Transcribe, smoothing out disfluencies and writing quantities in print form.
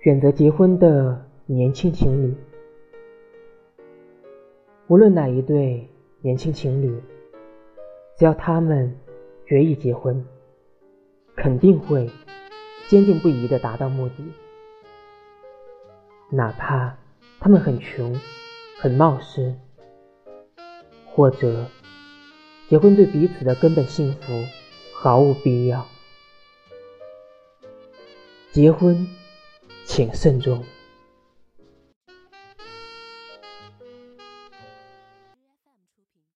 选择结婚的年轻情侣。无论哪一对年轻情侣，只要他们决意结婚，肯定会坚定不移地达到目的。哪怕他们很穷很冒失，或者结婚对彼此的根本幸福毫无必要。结婚请慎重。